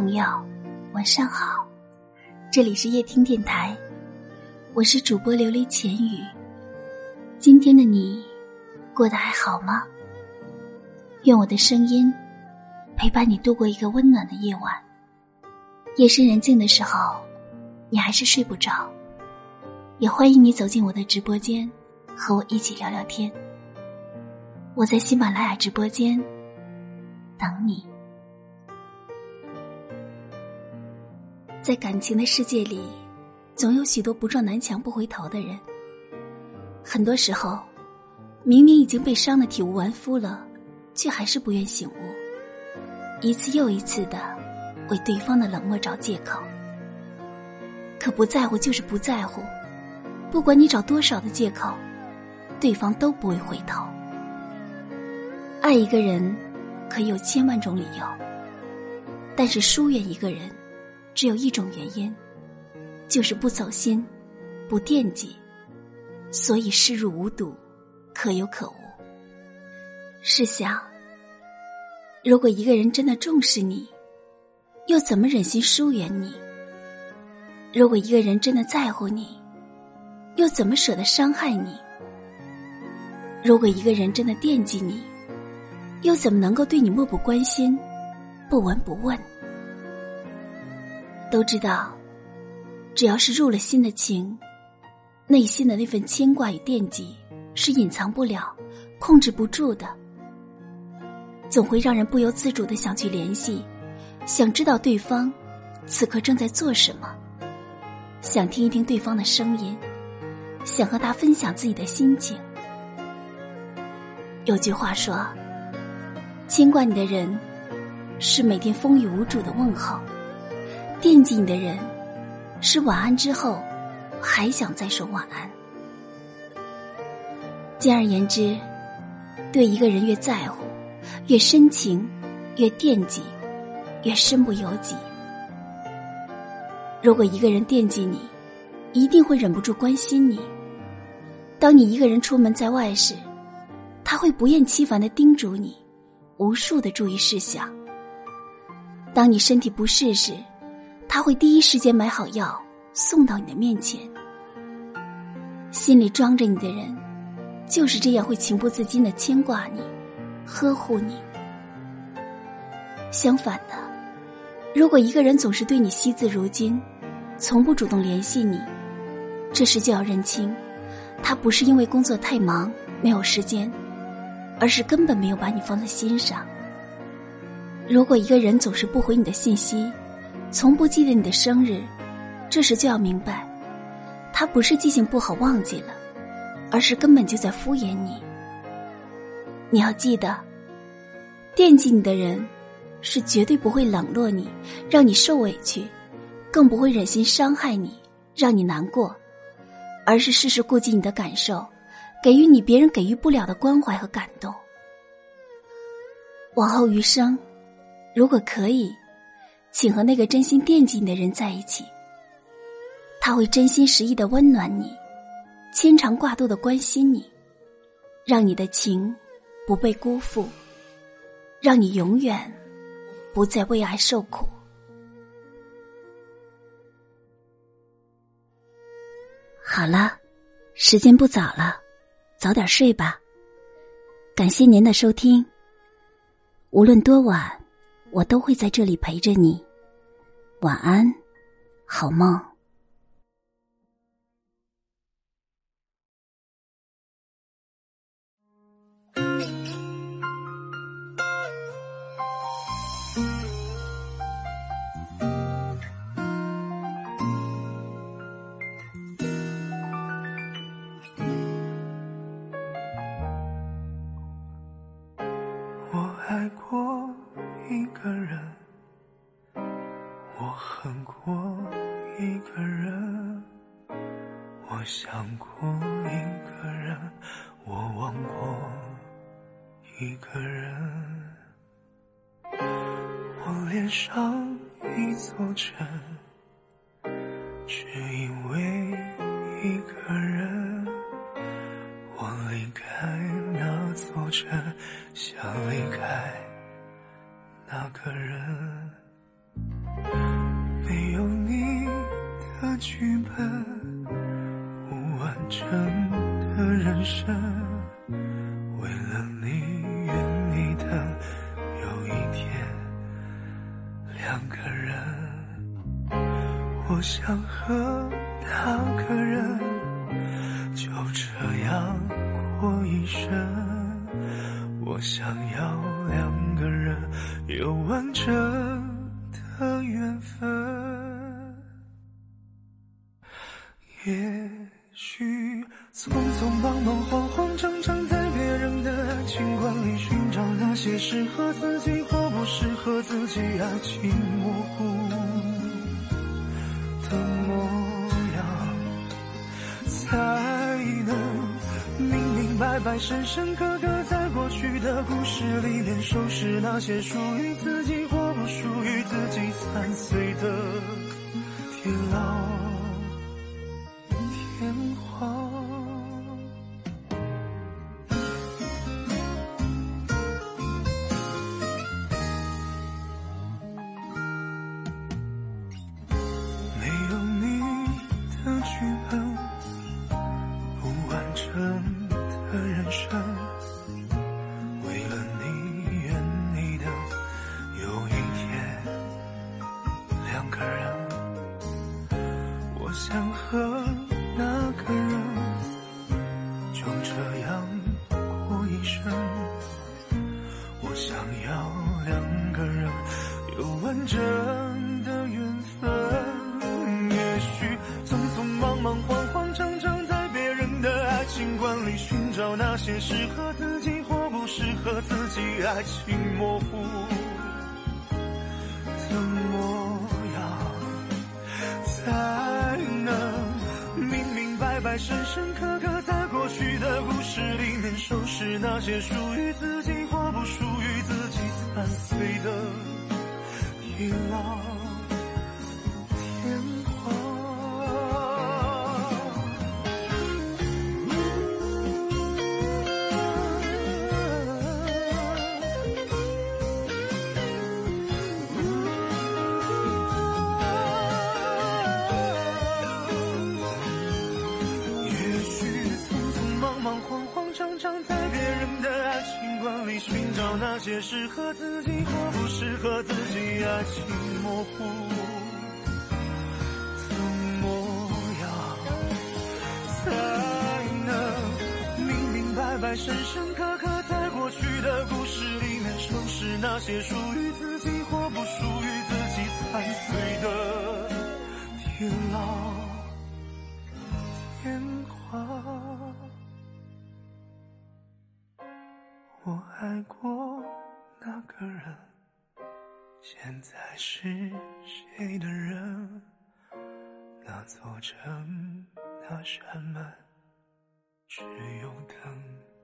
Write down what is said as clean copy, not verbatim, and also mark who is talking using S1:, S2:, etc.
S1: 朋友，晚上好，这里是夜听电台，我是主播琉璃浅语。今天的你过得还好吗？愿我的声音陪伴你度过一个温暖的夜晚。夜深人静的时候，你还是睡不着，也欢迎你走进我的直播间，和我一起聊聊天。我在喜马拉雅直播间等你。在感情的世界里，总有许多不撞南墙不回头的人。很多时候，明明已经被伤得体无完肤了，却还是不愿醒悟，一次又一次地为对方的冷漠找借口。可不在乎就是不在乎，不管你找多少的借口，对方都不会回头。爱一个人可以有千万种理由，但是疏远一个人只有一种原因，就是不走心，不惦记，所以视若无睹，可有可无。试想，如果一个人真的重视你，又怎么忍心疏远你？如果一个人真的在乎你，又怎么舍得伤害你？如果一个人真的惦记你，又怎么能够对你漠不关心，不闻不问？都知道，只要是入了心的情，内心的那份牵挂与惦记是隐藏不了，控制不住的，总会让人不由自主地想去联系，想知道对方此刻正在做什么，想听一听对方的声音，想和他分享自己的心情。有句话说，牵挂你的人是每天风雨无阻的问候，惦记你的人是晚安之后还想再说晚安。简而言之，对一个人越在乎，越深情，越惦记，越身不由己。如果一个人惦记你，一定会忍不住关心你。当你一个人出门在外时，他会不厌其烦地叮嘱你无数的注意事项。当你身体不适时，他会第一时间买好药送到你的面前。心里装着你的人，就是这样会情不自禁地牵挂你，呵护你。相反的，如果一个人总是对你惜字如金，从不主动联系你，这时就要认清，他不是因为工作太忙没有时间，而是根本没有把你放在心上。如果一个人总是不回你的信息，从不记得你的生日，这时就要明白，他不是记性不好忘记了，而是根本就在敷衍你。你要记得，惦记你的人是绝对不会冷落你，让你受委屈，更不会忍心伤害你，让你难过，而是事事顾及你的感受，给予你别人给予不了的关怀和感动。往后余生，如果可以，请和那个真心惦记你的人在一起。他会真心实意地温暖你，牵肠挂肚地关心你，让你的情不被辜负，让你永远不再为爱受苦。好了，时间不早了，早点睡吧。感谢您的收听，无论多晚，我都会在这里陪着你。晚安，好梦。
S2: 我爱过一个人，我恨过一个人，我想过一个人，我忘过一个人。我脸上一座城，只因为一个人。我离开那座城，想离开那个人。 没有你的剧本，不完整的人生，为了你愿意等，有一天两个人，我想和那个人就这样过一生，我想要两个人有完整的缘分。也许匆匆忙忙慌慌张张，在别人的爱情观里寻找那些适合自己或不适合自己，爱情模糊的模样，才能明明白白深深刻刻在过去的故事里面收拾那些属于自己或不属于自己残碎的天老天荒。没有你的剧本，不完整的人生，为了你愿你的，有一天两个人，我想和那个人就这样过一生，我想要两个人有完整的缘分。也许匆匆忙忙慌慌张张，在别人的爱情观里寻找那些适合自己或不适合自己，爱情模糊的模样，才能明明白白深深刻刻在过去的故事里面收拾那些属于自己或不属于自己残碎的天老天荒。也许匆匆忙忙慌慌张张，在别人的爱情观里寻找那些适合自己或不适合自己，爱情模糊的模样，才能明明白白深深刻刻在过去的故事里面收拾那些属于自己或不属于自己残碎的天老天荒。我爱过那个人，现在是谁的人？那座城，那扇门，只有灯。